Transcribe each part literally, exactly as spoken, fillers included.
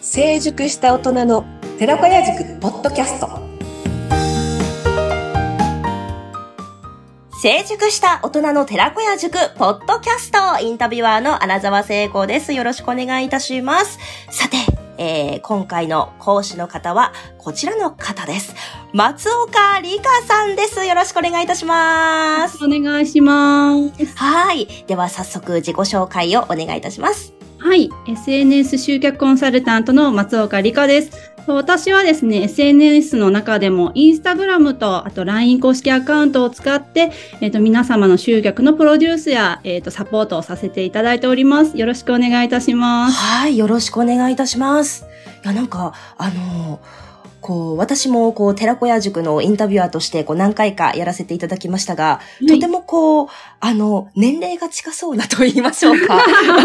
成熟した大人の寺子屋塾ポッドキャスト。 成熟した大人の寺子屋塾ポッドキャスト、インタビュアーの穴澤聖子です。よろしくお願いいたします。さて、えー、今回の講師の方はこちらの方です。松岡理香さんです。よろしくお願いいたします。 お願いします。 はい。では早速自己紹介をお願いいたします。 はい。エスエヌエス 集客コンサルタントの松岡理香です。私はですね、エスエヌエス の中でもインスタグラムとあと ライン 公式アカウントを使って、えっと、皆様の集客のプロデュースや、えっと、サポートをさせていただいております。よろしくお願いいたします。 はい。よろしくお願いいたします。いや、なんか、あのー、こう、私も、こう、寺子屋塾のインタビュアーとして、こう、何回かやらせていただきましたが、はい、とてもこう、あの、年齢が近そうなと言いましょうか。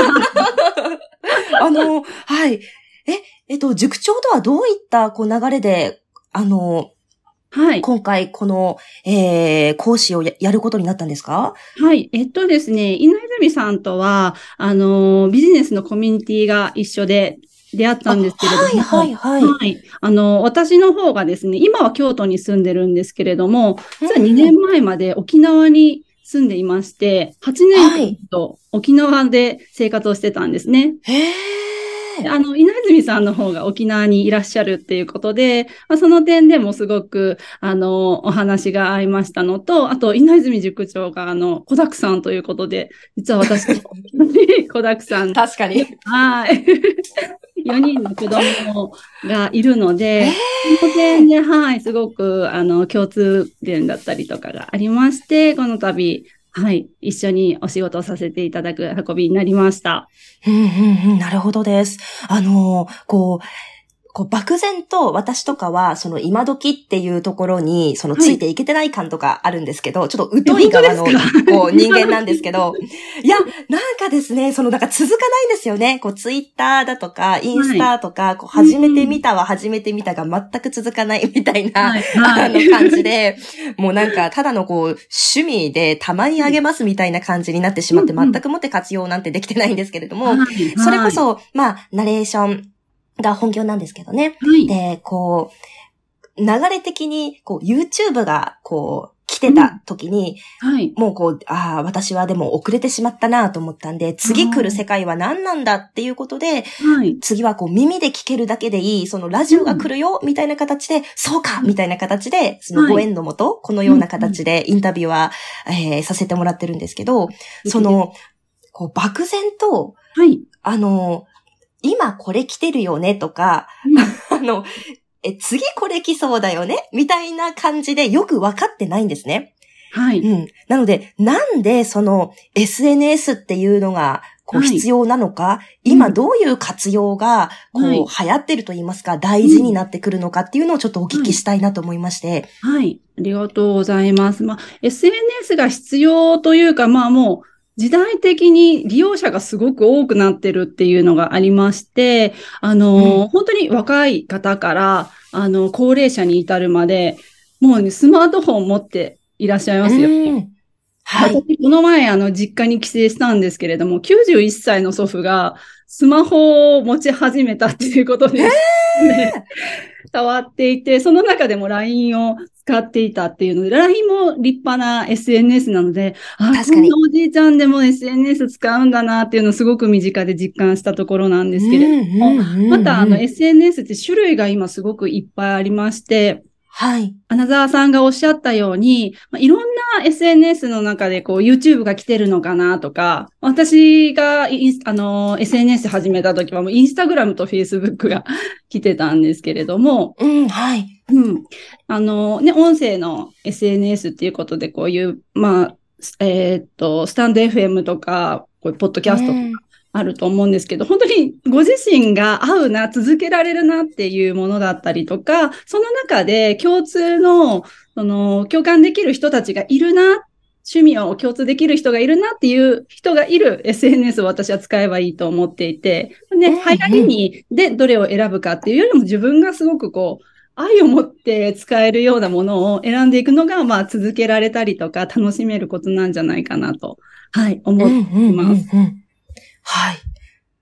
あの、はい。え、えっと、塾長とはどういった、こう、流れで、あの、はい。今回、この、えー、講師を や, やることになったんですか？ はい。えっとですね、稲泉さんとは、あの、ビジネスのコミュニティが一緒で、出会ったんですけれども。 はいはいはい。 はい。あの、私の方がですね、今は京都に住んでるんですけれども、実はにねんまえまで沖縄に住んでいまして、はちねんかんと沖縄で生活をしてたんですね。 へー。あの、稲泉さんの方が沖縄にいらっしゃるっていうことで、まあ、その点でもすごく、あの、お話が合いましたのと、あと、稲泉塾長が、あの、子だくさんということで、実は私、子だくさん。 確かに。 はい。よにんの子供がいるので、その点で、はい、すごく、あの、共通点だったりとかがありまして、この度、はい、一緒にお仕事をさせていただく運びになりました。 うんうんうん、なるほどです。あの、こう、こう漠然と私とかは、その今時っていうところに、そのついていけてない感とかあるんですけど、はい、ちょっと疎い側のこう人間なんですけど、いや、なんかですね、そのなんか続かないんですよね。こうツイッターだとか、インスタとか、はい、こう始めてみたは始めてみたが全く続かないみたいな、はいはい、あの感じで、もうなんかただのこう趣味でたまにあげますみたいな感じになってしまって、全くもって活用なんてできてないんですけれども、はいはい、それこそ、まあ、ナレーション、が本業なんですけどね。はい、で、こう、流れ的に、こう、YouTube が、こう、来てた時に、うんはい、もうこう、ああ、私はでも遅れてしまったなと思ったんで、次来る世界は何なんだっていうことで、はい、次はこう、耳で聞けるだけでいい、そのラジオが来るよ、みたいな形で、うん、そうかみたいな形で、そのご縁のもと、はい、このような形でインタビューは、えー、させてもらってるんですけど、その、こう、漠然と、はい、あの、今これ来てるよねとか、うん、あの、え、次これ来そうだよねみたいな感じでよくわかってないんですね。 はい。 うん。なので、なんでその エスエヌエス っていうのがこう必要なのか、はい、今どういう活用がこう流行ってると言いますか、大事になってくるのかっていうのをちょっとお聞きしたいなと思いまして。 はい。はい、ありがとうございます。まあ、エスエヌエス が必要というか、まあもう、時代的に利用者がすごく多くなってるっていうのがありまして、あの、うん、本当に若い方から、あの、高齢者に至るまで、もうね、スマートフォンを持っていらっしゃいますよね。うんはい。私、この前、あの、実家に帰省したんですけれども、きゅうじゅういっさいの祖父がスマホを持ち始めたっていうことで、ね、変わっていて、その中でも ライン を使っていたっていうので、ライン も立派な エスエヌエス なので、あ、こんなおじいちゃんでも エスエヌエス 使うんだなっていうのをすごく身近で実感したところなんですけれども、うんうんうん、またあの エスエヌエス って種類が今すごくいっぱいありまして、 はい。 穴澤さんがおっしゃったように、まあ、いろんな エスエヌエス の中でこう YouTube が来てるのかなとか、私がインスあの エスエヌエス 始めた時はもうインスタグラムと Facebook が来てたんですけれども、 うん、はい。 うん。あのね、音声の エスエヌエス っていうことでこういう、まあ、えー、っと、スタンド エフエム とか、こういうポッドキャストとか、うんあると思うんですけど、本当にご自身が合うな、続けられるなっていうものだったりとか、その中で共通の、その、共感できる人たちがいるな、趣味を共通できる人がいるなっていう人がいる エスエヌエス を私は使えばいいと思っていて、ね、流行りに、で、どれを選ぶかっていうよりも自分がすごくこう、愛を持って使えるようなものを選んでいくのが、まあ、続けられたりとか、楽しめることなんじゃないかなと、はい、思っています。 うんうんうんうんはい。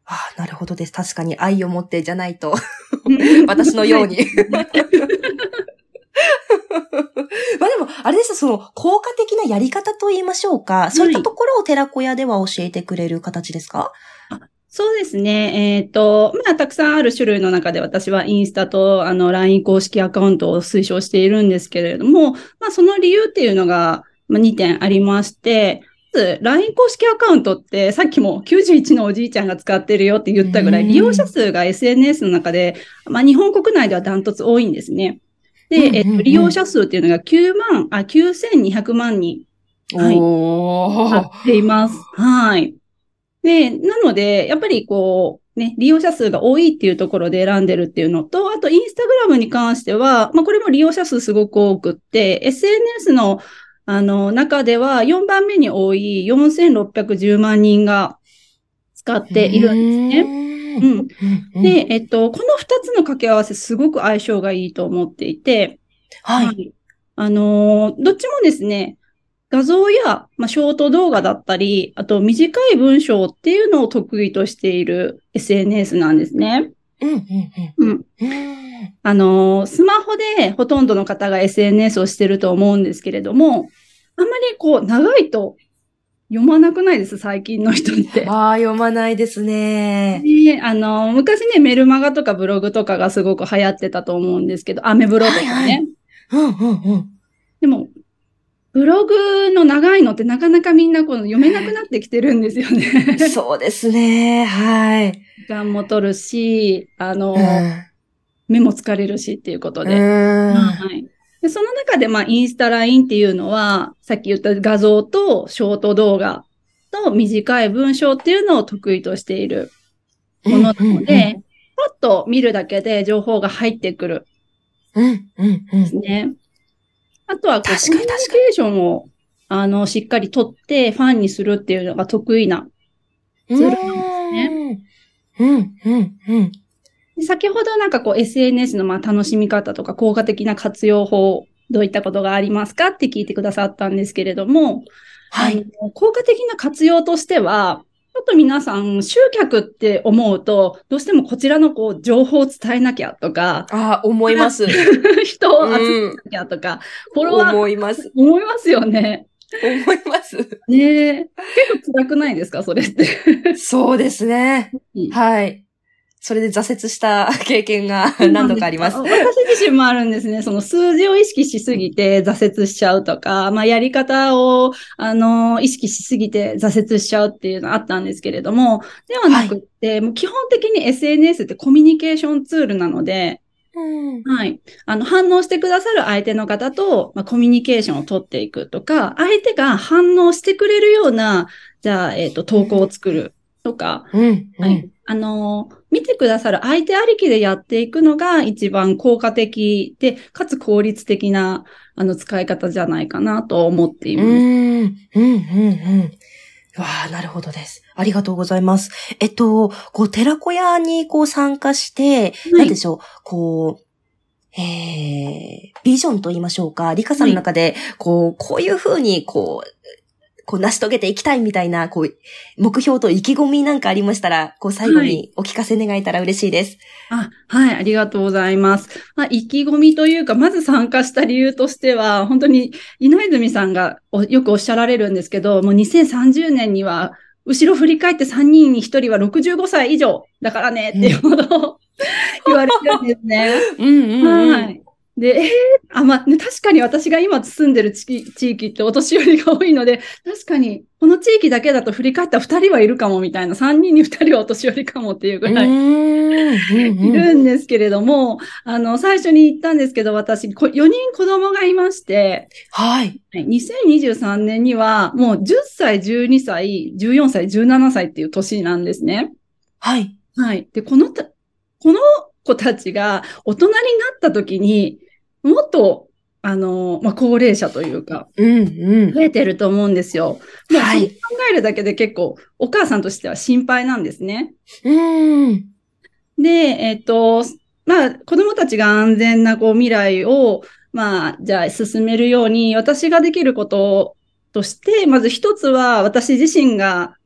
ああ、なるほどです。確かに愛を持ってじゃないと、私のように。まあでも、あれですよ、その、効果的なやり方と言いましょうか。そういったところを寺子屋では教えてくれる形ですか？ あ、そうですね。えっと、まあ、たくさんある種類の中で私はインスタと、あの、ライン 公式アカウントを推奨しているんですけれども、まあ、その理由っていうのが、まあ、にてんありまして、まず、ライン 公式アカウントって、さっきもきゅうじゅういちのおじいちゃんが使ってるよって言ったぐらい、利用者数が エスエヌエス の中で、まあ、日本国内ではダントツ多いんですね。で、えっと、利用者数っていうのがきゅうまん、あ、きゅうせんにひゃくまんにん。はい。 おー。 あっています。はい。で、なので、やっぱりこう、ね、利用者数が多いっていうところで選んでるっていうのと、あと、インスタグラムに関しては、まあ、これも利用者数すごく多くって、エスエヌエス の、あの、中ではよんばんめに多いよんせんろっぴゃくじゅうまんにんが使っているんですね。うん。で、えっと、このふたつの掛け合わせすごく相性がいいと思っていて、 はい。 はい。あのーどっちもですね、画像や、まあ、ショート動画だったり、あと短い文章っていうのを得意としている エスエヌエス なんですね。 うん、うん、 うん。 うん。 あのースマホでほとんどの方が エスエヌエス をしてると思うんですけれども、あんまりこう、長いと読まなくないです、最近の人って。 ああ、読まないですね。 ね、あのー昔ね、メルマガとかブログとかがすごく流行ってたと思うんですけど、アメブロとかね。 はいはい。うん、うん、うん。 でも、ブログの長いのってなかなかみんなこの読めなくなってきてるんですよね。 そうですね。はい。 時間も取るし、あうの、 ん。 目も疲れるしっていうことうで。 ん。 はい。で、その中で、まあ、インスタ、ラインっていうのは、さっき言った画像とショート動画と短い文章っていうのを得意としているものなので、パッと見るだけで情報が入ってくるうん、うん、うん。 ですね。あとはこう、 確かにコミュニケーションを、あの、しっかり取ってファンにするっていうのが得意なツールなんですね。 うん、うん、うん。 で先ほどなんかこう エスエヌエス のまあ楽しみ方とか効果的な活用法、どういったことがありますかって聞いてくださったんですけれども、 はい。 あの効果的な活用としては、ちょっと皆さん集客って思うと、どうしてもこちらのこう情報を伝えなきゃとか、 ああ、思います。 人を集めなきゃとか、フォロワー思います。 思いますよね。 思います。 ねえ。結構辛くないですかそれって。 そうですね。はい。それで挫折した経験が何度かあります。 私自身もあるんですね。その数字を意識しすぎて挫折しちゃうとか、まあやり方を、あの、意識しすぎて挫折しちゃうっていうのあったんですけれども、ではなくって、はい、もう基本的に エスエヌエス ってコミュニケーションツールなので、 うん、 はい。あの、反応してくださる相手の方と、まあ、コミュニケーションを取っていくとか、相手が反応してくれるような、じゃあ、えっと、投稿を作るとか、 うん、 はい。あの、見てくださる相手ありきでやっていくのが一番効果的で、かつ効率的な、あの、使い方じゃないかなと思っています。 うん、うん、うん、うん。わあ、なるほどです。ありがとうございます。えっと、こう、寺子屋にこう参加して、はい、なんでしょう、こう、えー、ビジョンと言いましょうか、リカさんの中で、こう、こういうふうに、こう、こう、成し遂げていきたいみたいな、こう、目標と意気込みなんかありましたら、こう、最後にお聞かせ願えたら嬉しいです。 はい、あ、はい、ありがとうございます。まあ、意気込みというか、まず参加した理由としては、本当に、稲泉さんがよくおっしゃられるんですけど、もうにせんさんじゅうねんには、後ろ振り返ってさんにんにひとりはろくじゅうごさい以上だからねっていうほど、うん、言われてるんですね。 うんうんうん、 はい。で、えー、あ、まあ、ね、確かに私が今住んでる地域、地域ってお年寄りが多いので、確かに、この地域だけだと振り返ったふたりはいるかもみたいな、さんにんにふたりはお年寄りかもっていうぐらい、いるんですけれども、あの、最初に言ったんですけど、私、よにん子供がいまして、 はい。 にせんにじゅうさんねんには、もうじゅっさい、じゅうにさい、じゅうよんさい、じゅうななさいっていう年なんですね。 はい。 はい。で、このた、この子たちが大人になった時に、もっと、あの、まあ、高齢者というか、 うんうん、 増えてると思うんですよ。もう、それ考えるだけで結構、お母さんとしては心配なんですね。 うん。 で、えっと、まあ、子供たちが安全なこう未来を、まあ、じゃあ進めるように、私ができることとして、まず一つは、私自身が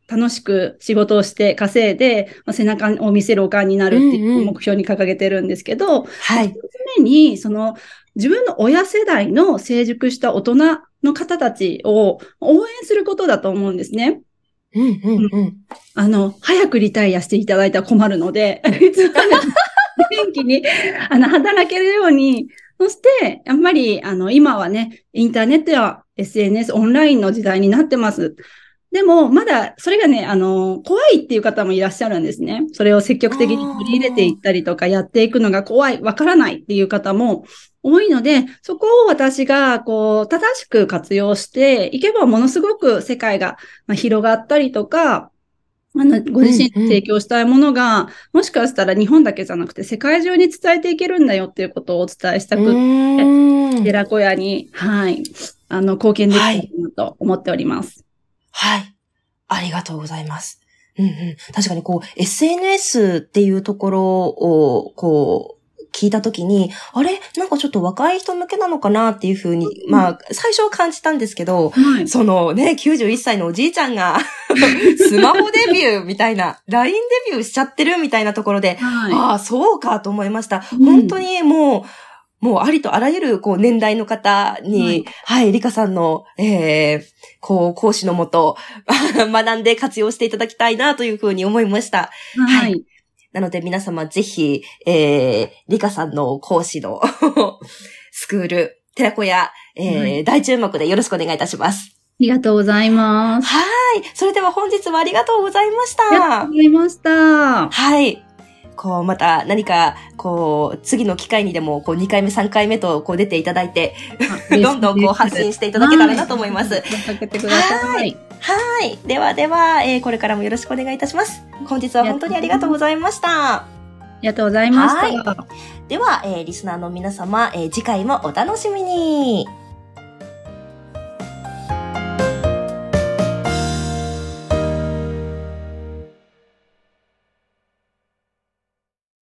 楽しく仕事をして稼いで、まあ、背中を見せるおかんになるっていう目標に掲げてるんですけど、 はい。 一つ目に、その、自分の親世代の成熟した大人の方たちを応援することだと思うんですね。 うんうんうん。 あの、早くリタイアしていただいたら困るので、いつまでも元気に、あの、働けるように、そして、やっぱり、あの、今はね、インターネットや エスエヌエス、オンラインの時代になってます。でも、まだ、それがね、あの、怖いっていう方もいらっしゃるんですね。それを積極的に取り入れていったりとか、やっていくのが怖い、わからないっていう方も多いので、そこを私が、こう、正しく活用していけば、ものすごく世界が広がったりとか、あの、ご自身で提供したいものが、うんうん、もしかしたら日本だけじゃなくて世界中に伝えていけるんだよっていうことをお伝えしたくって、寺子屋に、はい、あの、貢献できたらなと思っております。 はい。はい。ありがとうございます。うんうん。確かにこう、エスエヌエス っていうところを、こう、聞いたときに、あれなんかちょっと若い人向けなのかなっていうふうに、うん、まあ、最初は感じたんですけど、はい、そのね、きゅうじゅういっさいのおじいちゃんが、スマホデビューみたいな、ライン デビューしちゃってるみたいなところで、はい、ああ、そうかと思いました。うん、本当にもう、もうありとあらゆるこう年代の方に、はい、はい、リカさんの、えー、こう講師のもと学んで活用していただきたいなというふうに思いました。はい。はい、なので皆様ぜひ、えー、リカさんの講師のスクール、寺子屋、えーはい、大注目でよろしくお願いいたします。 ありがとうございます。 はい。それでは本日はありがとうございました。 ありがとうございました。 はい。こう、また何か、こう、次の機会にでも、こう、にかいめ、さんかいめと、こう、出ていただいて、どんどん、こう、発信していただけたらなと思います。 かけてください。はい。 はい。ではでは、えー、これからもよろしくお願いいたします。本日は本当にありがとうございました。 ありがとうございました。 はい。では、えー、リスナーの皆様、えー、次回もお楽しみに。